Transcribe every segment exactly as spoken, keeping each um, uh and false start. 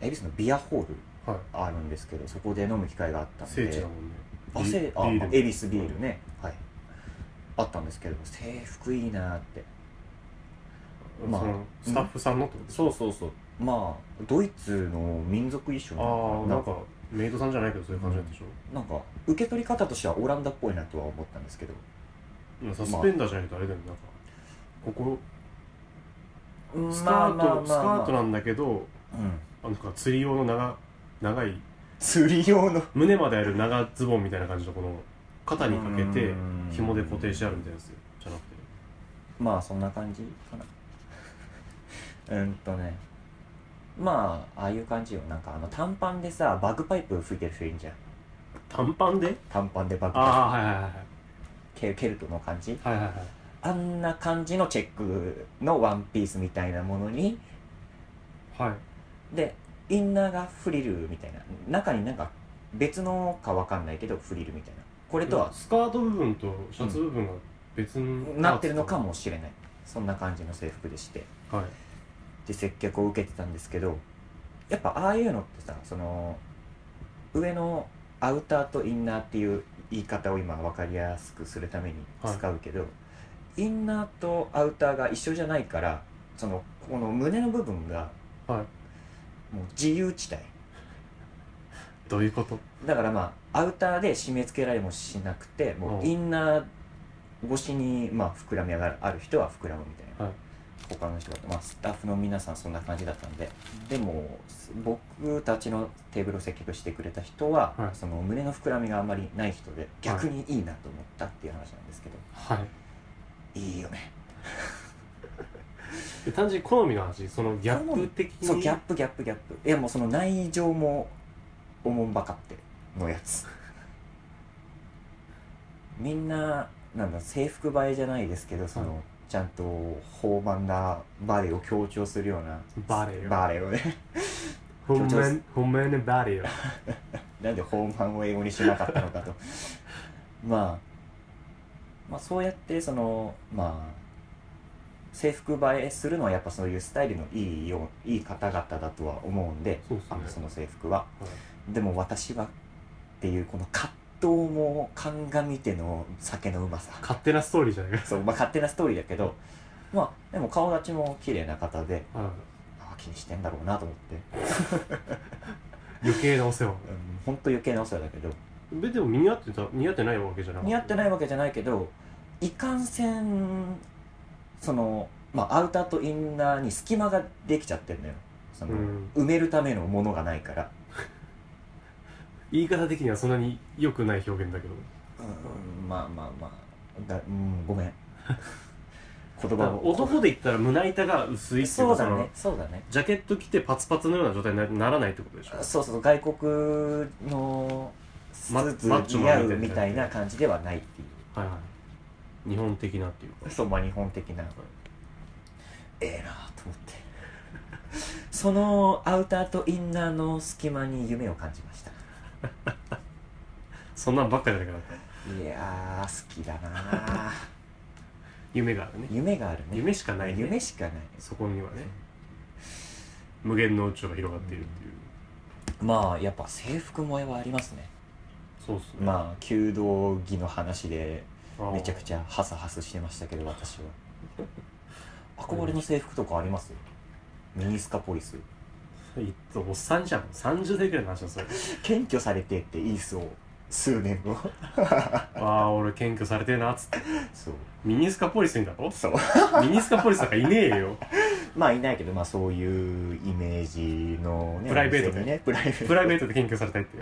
恵比寿のビアホールあるんですけど、はい、そこで飲む機会があったんで、 聖地だもんね。 あせあビール恵比寿ビールね、はい、あったんですけど、制服いいなって。 まあ、そのスタッフさんのってことですか？ そうそうそう、まあドイツの民族衣装なのかな。ああ、なんかメイドさんじゃないけどそういう感じなんでしょ、 うん、なんか受け取り方としてはオランダっぽいなとは思ったんですけど、 サスペンダーじゃないとあれだよね、なんかここスカート、 まあまあまあまあ、 スカートなんだけど、うん、あのなんか釣り用の長長い釣り用の胸まである長ズボンみたいな感じの、この肩にかけて紐で固定してあるみたいなやつじゃなくて、 まあそんな感じかなうんとね、まあああいう感じよ。なんかあの短パンでさバグパイプ吹いてる人いるじゃん。 短パンで短パンでバグパイプ、 ああはいはいはい、 ケ, ケルトの感じ、 はいはいはい、 あんな感じのチェックのワンピースみたいなものに、 はい、 でインナーがフリルみたいな、中になんか別のかわかんないけどフリルみたいな、これとはスカート部分とシャツ部分が別に、 うん、なってるのかもしれない。そんな感じの制服でして、 はい、 で接客を受けてたんですけど、やっぱああいうのってさ、その上のアウターとインナーっていう言い方を今分かりやすくするために使うけど、はい、インナーとアウターが一緒じゃないから、そのこの胸の部分がもう自由地帯、 どういうこと？ だからまあアウターで締め付けられもしなくて、もうインナー越しにまあ膨らみ上がる、ある人は膨らむみたいな、はい、他の人だと、まあ、スタッフの皆さんそんな感じだったんで、でも僕たちのテーブルを接客してくれた人は、はい、その胸の膨らみがあんまりない人で逆にいいなと思ったっていう話なんですけど、 はい、 いいよね単純に好みの話、そのギャップ的に、 そうギャップギャップギャップ、いやもうその内情もおもんばかってのやつみんななんだ制服映えじゃないですけど、その、はい、ちゃんと豊満なバレエを強調するようなバレエバレエをね本面本面のバレエをなんで豊満を英語にしなかったのかとまあまあそうやってそのまあ制服映えするのはやっぱそういうスタイルのいいよいい方々だとは思うんで、 そうですね、 あのその制服は、 はい、 でも私はっていうこの葛藤も鑑みての酒のうまさ、 勝手なストーリーじゃないかそう、まあ、勝手なストーリーだけど、まあでも顔立ちも綺麗な方で、 はい、 あ気にしてんだろうなと思って余計なお世話、うん、 ほんと余計なお世話だけど、 でも似合ってた似合ってないわけじゃなくて、 似合ってないわけじゃないけど、いかんせんその、まあ、アウターとインナーに隙間ができちゃってるのよ、その、うん、埋めるためのものがないから言い方的にはそんなに良くない表現だけど、 うん、まあまあまあだ、うん、ごめん言葉を男で言ったら胸板が薄いっていうか、 そうだねそうだね、 ジャケット着てパツパツのような状態にならないってことでしょ。 そうそう、外国のスーツ似合うみたいな感じではないっていう、 はいはい、日本的なっていうか、 そう、まあ日本的な、はい、ええなと思ってそのアウターとインナーの隙間に夢を感じましたそんなんばっかりじゃなかった。 いやー好きだな夢があるね。 夢があるね。 夢しかないね。 夢しかない。 そこにはね、無限の宇宙が広がっているっていう、 うん、まあやっぱ制服萌えはありますね。 そうっすね。 まあ弓道着の話でめちゃくちゃハサハスしてましたけど、私は憧れの制服とかあります？ミニスカポリス。 おっさんじゃん、さんじゅう代くらいの話だそれ検挙されてっていいっすよ、数年後ああ俺検挙されてえなっつって。 そう、 ミニスカポリスにだろ。 そうミニスカポリスなんかいねえよまあいないけど、まあそういうイメージのね、 プライベートでね、プライベートプライベートで検挙されたいって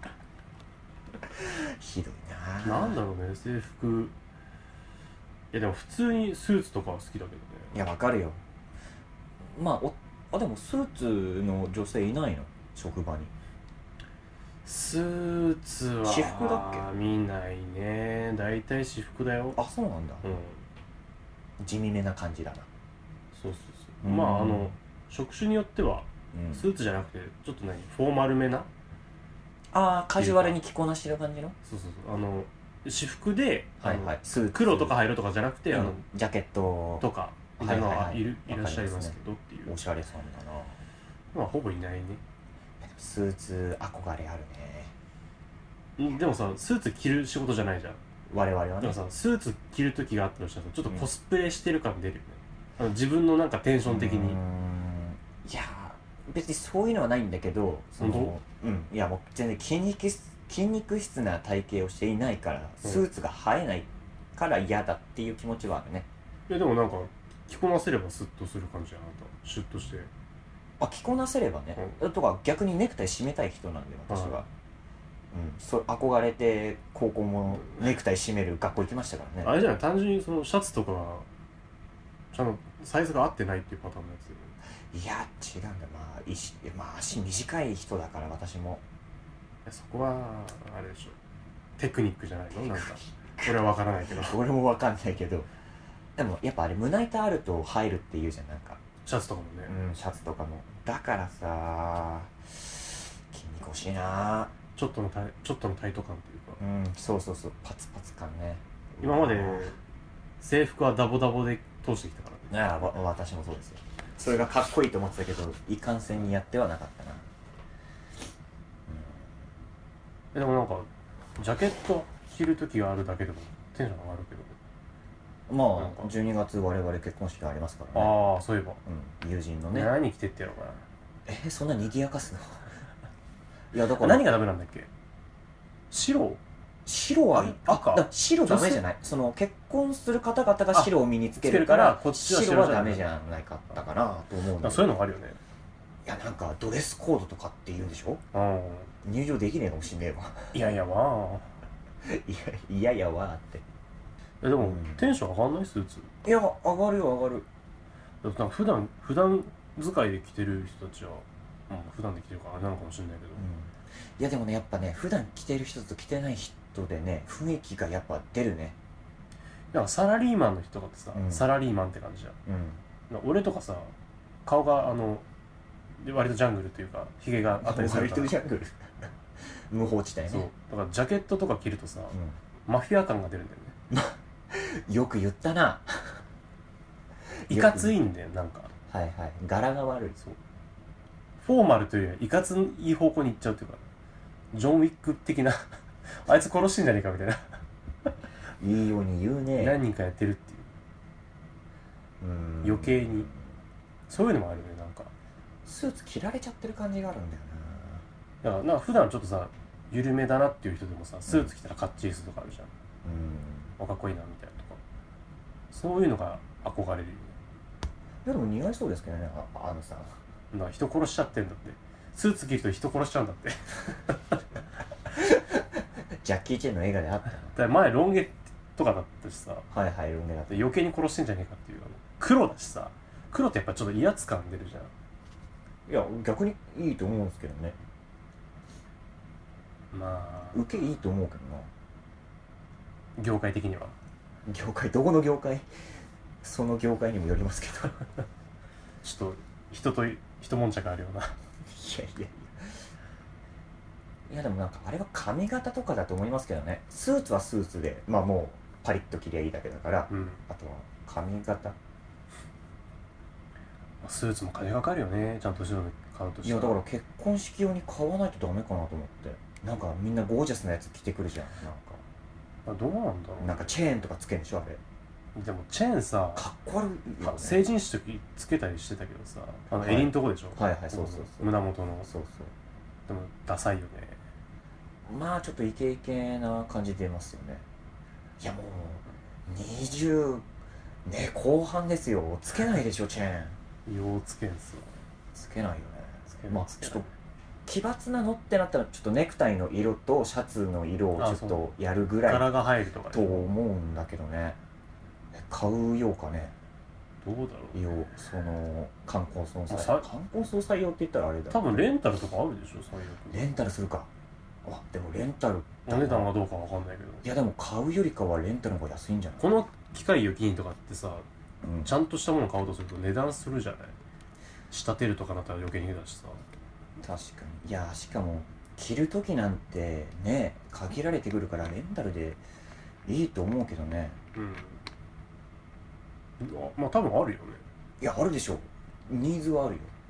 ひどいな。 なんだろうね、制服。いやでも普通にスーツとかは好きだけどね。 いやわかるよ。まあおあでもスーツの女性いないの？職場にスーツは私服だっけ？ 見ないね。大体私服だよ。 あ、そうなんだ、うん、地味めな感じだな。 そうそうそう、まああの職種によっては、うん、スーツじゃなくてちょっと何フォーマルめな、 ああカジュアルに着こなしてる感じの。 そうそうそう、あの私服で、 はいはい、スーツ黒とか灰色とかじゃなくて、うん、あのジャケットとかみたいなのはいる、いらっしゃいますけどっていう。 おしゃれさんだな。 まあほぼいないね。 スーツ憧れあるね。 でもさスーツ着る仕事じゃないじゃん我々はね。 でもさスーツ着る時があったとしたらちょっとコスプレしてる感出るよね、うん、あの自分のなんかテンション的に。うーん、 いや別にそういうのはないんだけど、そのうんいやもう全然筋肉筋肉質な体型をしていないからスーツが映えないから嫌だっていう気持ちはあるね。 いやでもなんか着こなせればスッとする感じじゃん、あなたシュッとして。 あ、着こなせればね、うん、とか逆にネクタイ締めたい人なんで私は、うん、そ憧れて高校もネクタイ締める学校行きましたからね。 あれじゃない、単純にそのシャツとかがちゃんとサイズが合ってないっていうパターンのやつよね。 いや違うんだ、まあ、石まあ足短い人だから私も。 いやそこはあれでしょ、テクニックじゃないの、なんか俺は分からないけど俺も分かんないけど、でもやっぱあれ胸板あると入るっていうじゃん、なんかシャツとかもね、 うん、シャツとかもだからさ筋肉欲しいな。 ちょっとのタイちょっとのタイト感っていうか、 うん、そうそうそう、パツパツ感ね。 今まで制服はダボダボで通してきたからね。 ああ、わ私もそうですよ。それがかっこいいと思ってたけどいかんせんにやってはなかったな。 うん、でもなんかジャケット着る時があるだけでもテンション上がるけどね。 まあじゅうにがつ我々結婚式がありますからね。 ああそういえば、 うん、友人のね。 何着てってやろうかな。 えー、そんなにぎやかすのいやだから何がダメなんだっけ。白白は赤だ、白ダメじゃない。その結婚する方々が白を身につけるからこっちは白はダメじゃないかったかなと思うんだ。 そういうのがあるよね。 いやなんかドレスコードとかって言うんでしょ。 うん、 入場できねえかもしんねえわいやいやわいやいやいやわーって。 えでも、うん、テンション上がんないスーツ。 いや上がるよ上がる。 だから普段普段使いで着てる人たちは、うん、普段で着てるからあれなのかもしれないけど、うん、 いやでもねやっぱね普段着てる人と着てない人でね雰囲気がやっぱ出るね。 なんかサラリーマンの人とかってさ、うん、サラリーマンって感じじゃん、うん、俺とかさ顔があの割とジャングルというかヒゲがあったりするから割とジャングル無法地帯ね。そうだからジャケットとか着るとさ、うん、マフィア感が出るんだよねよく言ったな。 いかついんだよなんか。 はいはい、柄が悪い。 そうフォーマルというよりいかつい方向に行っちゃうっていうか、ジョン・ウィック的なあいつ殺してんじゃねえかみたいないいように言うね。 何人かやってるっていう、うーん余計にそういうのもあるよね。なんかスーツ着られちゃってる感じがあるんだよな。 だからなんか普段ちょっとさ緩めだなっていう人でもさスーツ着たらカッチリするとかあるじゃん、うん、かっこいいなみたいなとか、そういうのが憧れるよね。 いやでも似合いそうですけどね、あ、あのさだから人殺しちゃってんだって。スーツ着ると人殺しちゃうんだってジャッキー・チェンの映画であったの。だから前ロン毛とかだったしさ、 はいはいロン毛だった。 余計に殺してんじゃねえかっていう。黒だしさ、黒ってやっぱちょっと威圧感出るじゃん。 いや逆にいいと思うんですけどね。 まあ受けいいと思うけどな、 業界的には。 業界どこの業界その業界にもよりますけどちょっと人と一悶着あるような。いやいやいやいやでもなんかあれは髪型とかだと思いますけどね。スーツはスーツでまあもうパリッと着りゃいいだけだから、うん、あとは髪型。 スーツも金かかるよね、ちゃんと白の買うとしたら。 いやだから結婚式用に買わないとダメかなと思って。なんかみんなゴージャスなやつ着てくるじゃん。なんかあどうなんだろう、ね、 なんかチェーンとかつけんでしょあれ。 でもチェーンさかっこ悪いよね。 成人式の時つけたりしてたけどさ、あの襟んとこでしょ、 はい、はいはいそうそうそう、 胸元の。そうそうでもダサいよね。 まあちょっとイケイケな感じ出ますよね。いやもうにじゅうね後半ですよ。つけないでしょチェーン。 ようつけんすよ。 つけないよね。つけまあちょっと奇抜なのってなったらちょっとネクタイの色とシャツの色をちょっとやるぐらい柄が入るとかと思うんだけどね。買うようかね。 どうだろう、 ね、よその冠婚葬祭冠婚葬祭用って言ったらあれだ。 多分レンタルとかあるでしょ最悪。 レンタルするか。あでもレンタルお値段はどうかわかんないけど。 いやでも買うよりかはレンタルの方が安いんじゃない。 この機械を機にとかってさ、うん、ちゃんとしたもの買おうとすると値段するじゃない。仕立てるとかなったら余計にだしさ。確かに。いやしかも着る時なんてね限られてくるからレンタルでいいと思うけどね。うんまあ多分あるよね。 いやあるでしょ。ニーズはあるよ。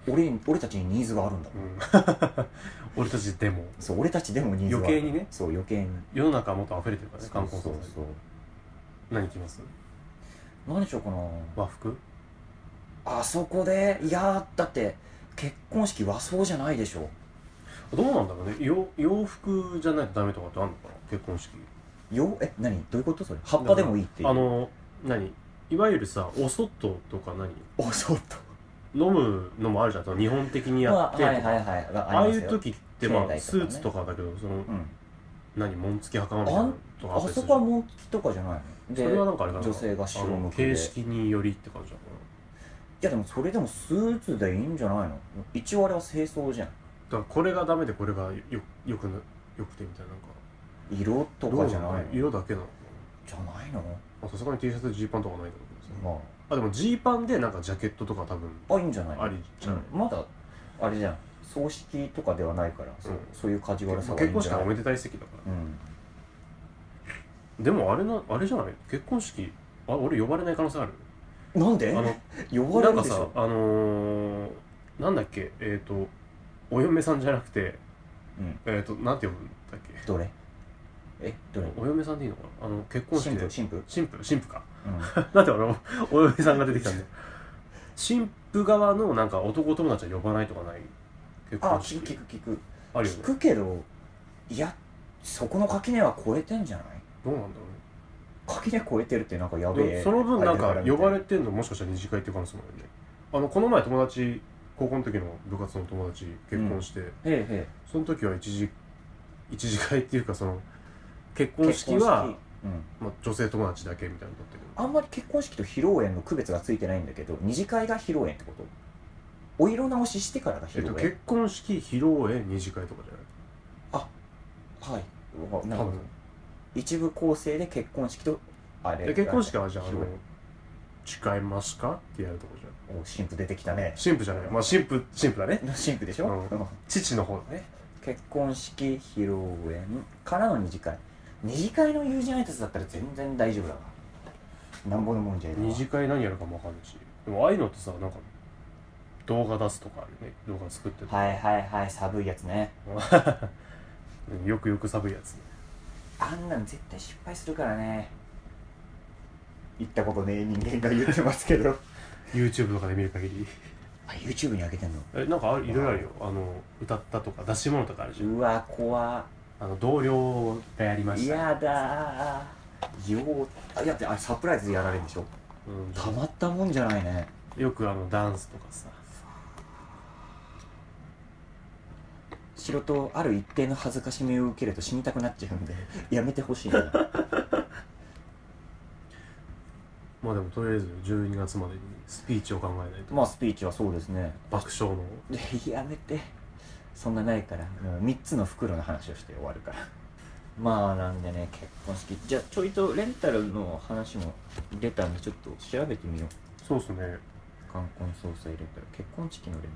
俺俺たちにニーズがあるんだもん、 うん、俺たちでもそう俺たちでもニーズがある余計にねそう余計に世の中はもっと溢れてるからね観光そう総裁そう何着ます何でしょうかな和服あそこでいやだって結婚式和装じゃないでしょどうなんだろうね洋洋服じゃないとダメとかってあるのかな結婚式よえ何どういうことそれ葉っぱでもいいっていうあの何いわゆるさおそっととか何おそっと飲むのもあるじゃん日本的にやってとか、 まあ、はいはいはいあああいう時ってまあ、 ね、 スーツとかだけどその、うん、何紋付き袴みたいなのとかああそこは紋付きとかじゃないのでそれはなんかあれかな女性が白向きで形式によりって感じだかないやでもそれでもスーツでいいんじゃないの一応あれは清掃じゃんだからこれがダメでこれがよよくよくてみたいななんか色とかじゃないの色だけなのじゃないのさすがに T シャツジーパンとかないんだけどさ、 まあ、あでもジーパンでなんかジャケットとか多分あいいんじゃないのありじゃない、 うん、まだあれじゃん葬式とかではないから、そう、うん、そういうカジュアルさがいいんじゃない。結婚式はおめでたい席だから、うん、でもあれなあれじゃない結婚式あ俺呼ばれない可能性あるなんであの呼ばれるでしょなんかさあのー、なんだっけえっ、ー、とお嫁さんじゃなくて、うん、えっ、ー、となんて呼ぶんだっけどれえどれお嫁さんでいいのかなあの結婚式で新婦新婦新婦か、うん、なんで俺お嫁さんが出てきたんだよ新婦側のなんか男友達は呼ばないとかない結婚式あ聞く聞くあるよね聞くけどいやそこの垣根は超えてんじゃないどうなんだろうね垣根超えてるってなんかやべえその分なんか呼ばれてんのもしかしたら二次会っていう可能性もあるよねあのこの前友達高校の時の部活の友達結婚して、うん、へえへえその時は一次一次会っていうかその結婚式はうんまあ、女性友達だけみたいなのだったけどあんまり結婚式と披露宴の区別がついてないんだけど二次会が披露宴ってことお色直ししてからが披露宴、 えっと、結婚式披露宴二次会とかじゃないあはいなるほど一部構成で結婚式とあれ結婚式はじゃああの誓いますかってやるとこじゃんお新婦出てきたね新婦じゃないまあ新婦新婦だね新婦でしょ、うん、 父の方だね結婚式披露宴からの二次会二次会の友人挨拶だったら全然大丈夫だわなんぼのもんじゃい二次会何やるかも分かんないしでもああいうのってさなんか動画出すとかあるね動画作ってるはいはいはい寒いやつねよくよく寒いやつあんなん絶対失敗するからね言ったことねえ人間が言ってますけど YouTube とかで見る限りあ YouTube に上げてんのえなんかあいろいろあるよあの歌ったとか出し物とかあるじゃんうわ怖っあの同僚がやりましたやだーようあやってあれサプライズでやられるんでしょ、うん、たまったもんじゃないねよくあのダンスとかさしろとある一定の恥ずかしみを受けると死にたくなっちゃうんでやめてほしいなまあでもとりあえずじゅうにがつまでにスピーチを考えないとまあスピーチはそうですね爆笑のやめてそんなないからもうみっつの袋の話をして終わるからまあなんでね結婚式じゃあちょいとレンタルの話も出たんでちょっと調べてみようそうっすね冠婚葬祭レンタル結婚式のレン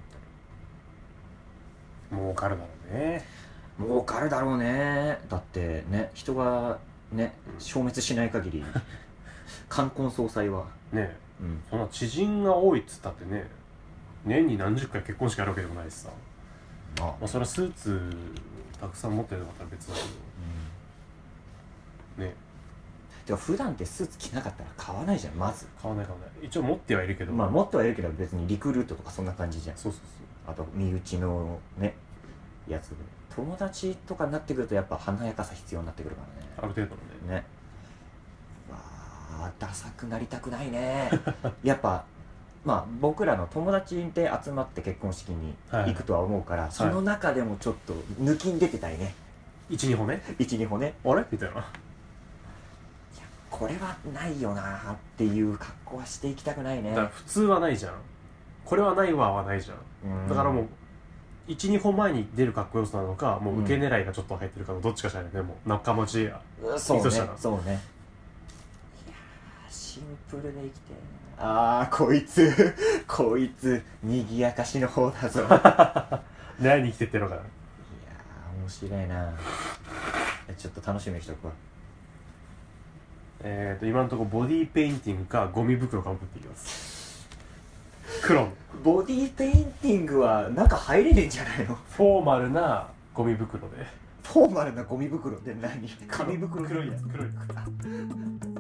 タル儲かるだろうね儲かるだろうねだってね人がね消滅しない限り冠婚葬祭はねえ、うん、そんな知人が多いっつったってね年に何十回結婚式あるわけでもないしさまあ、まあそれはスーツたくさん持ってるのだったら別だけど、うん、ねでも普段ってスーツ着なかったら買わないじゃんまず買わない買わない一応持ってはいるけどまあ持ってはいるけど別にリクルートとかそんな感じじゃんそうそうそうあと身内のねやつで友達とかになってくるとやっぱ華やかさ必要になってくるからねある程度のねねわあダサくなりたくないねやっぱまあ僕らの友達で集まって結婚式に行くとは思うから、はい、その中でもちょっと抜きに出てたいねいち,に 歩ねいち,に 歩ねあれみたいないやこれはないよなっていう格好はしていきたくないねだから普通はないじゃんこれはないわはないじゃんだからもう いち,に 歩前に出る格好よさなのかもう受け狙いがちょっと入ってるかのどっちかしらねもう仲間内やそうねそうねいやシンプルで生きてあーこいつこいつにぎやかしの方だぞ何生きてってのかないやー面白いなちょっと楽しみにしとくわえーと今のところボディーペインティングかゴミ袋かぶっていきます黒のボディーペインティングは中入れねえんじゃないの？ フォーマルなゴミ袋で。 フォーマルなゴミ袋って何？紙袋？ 黒いやつ黒いやつ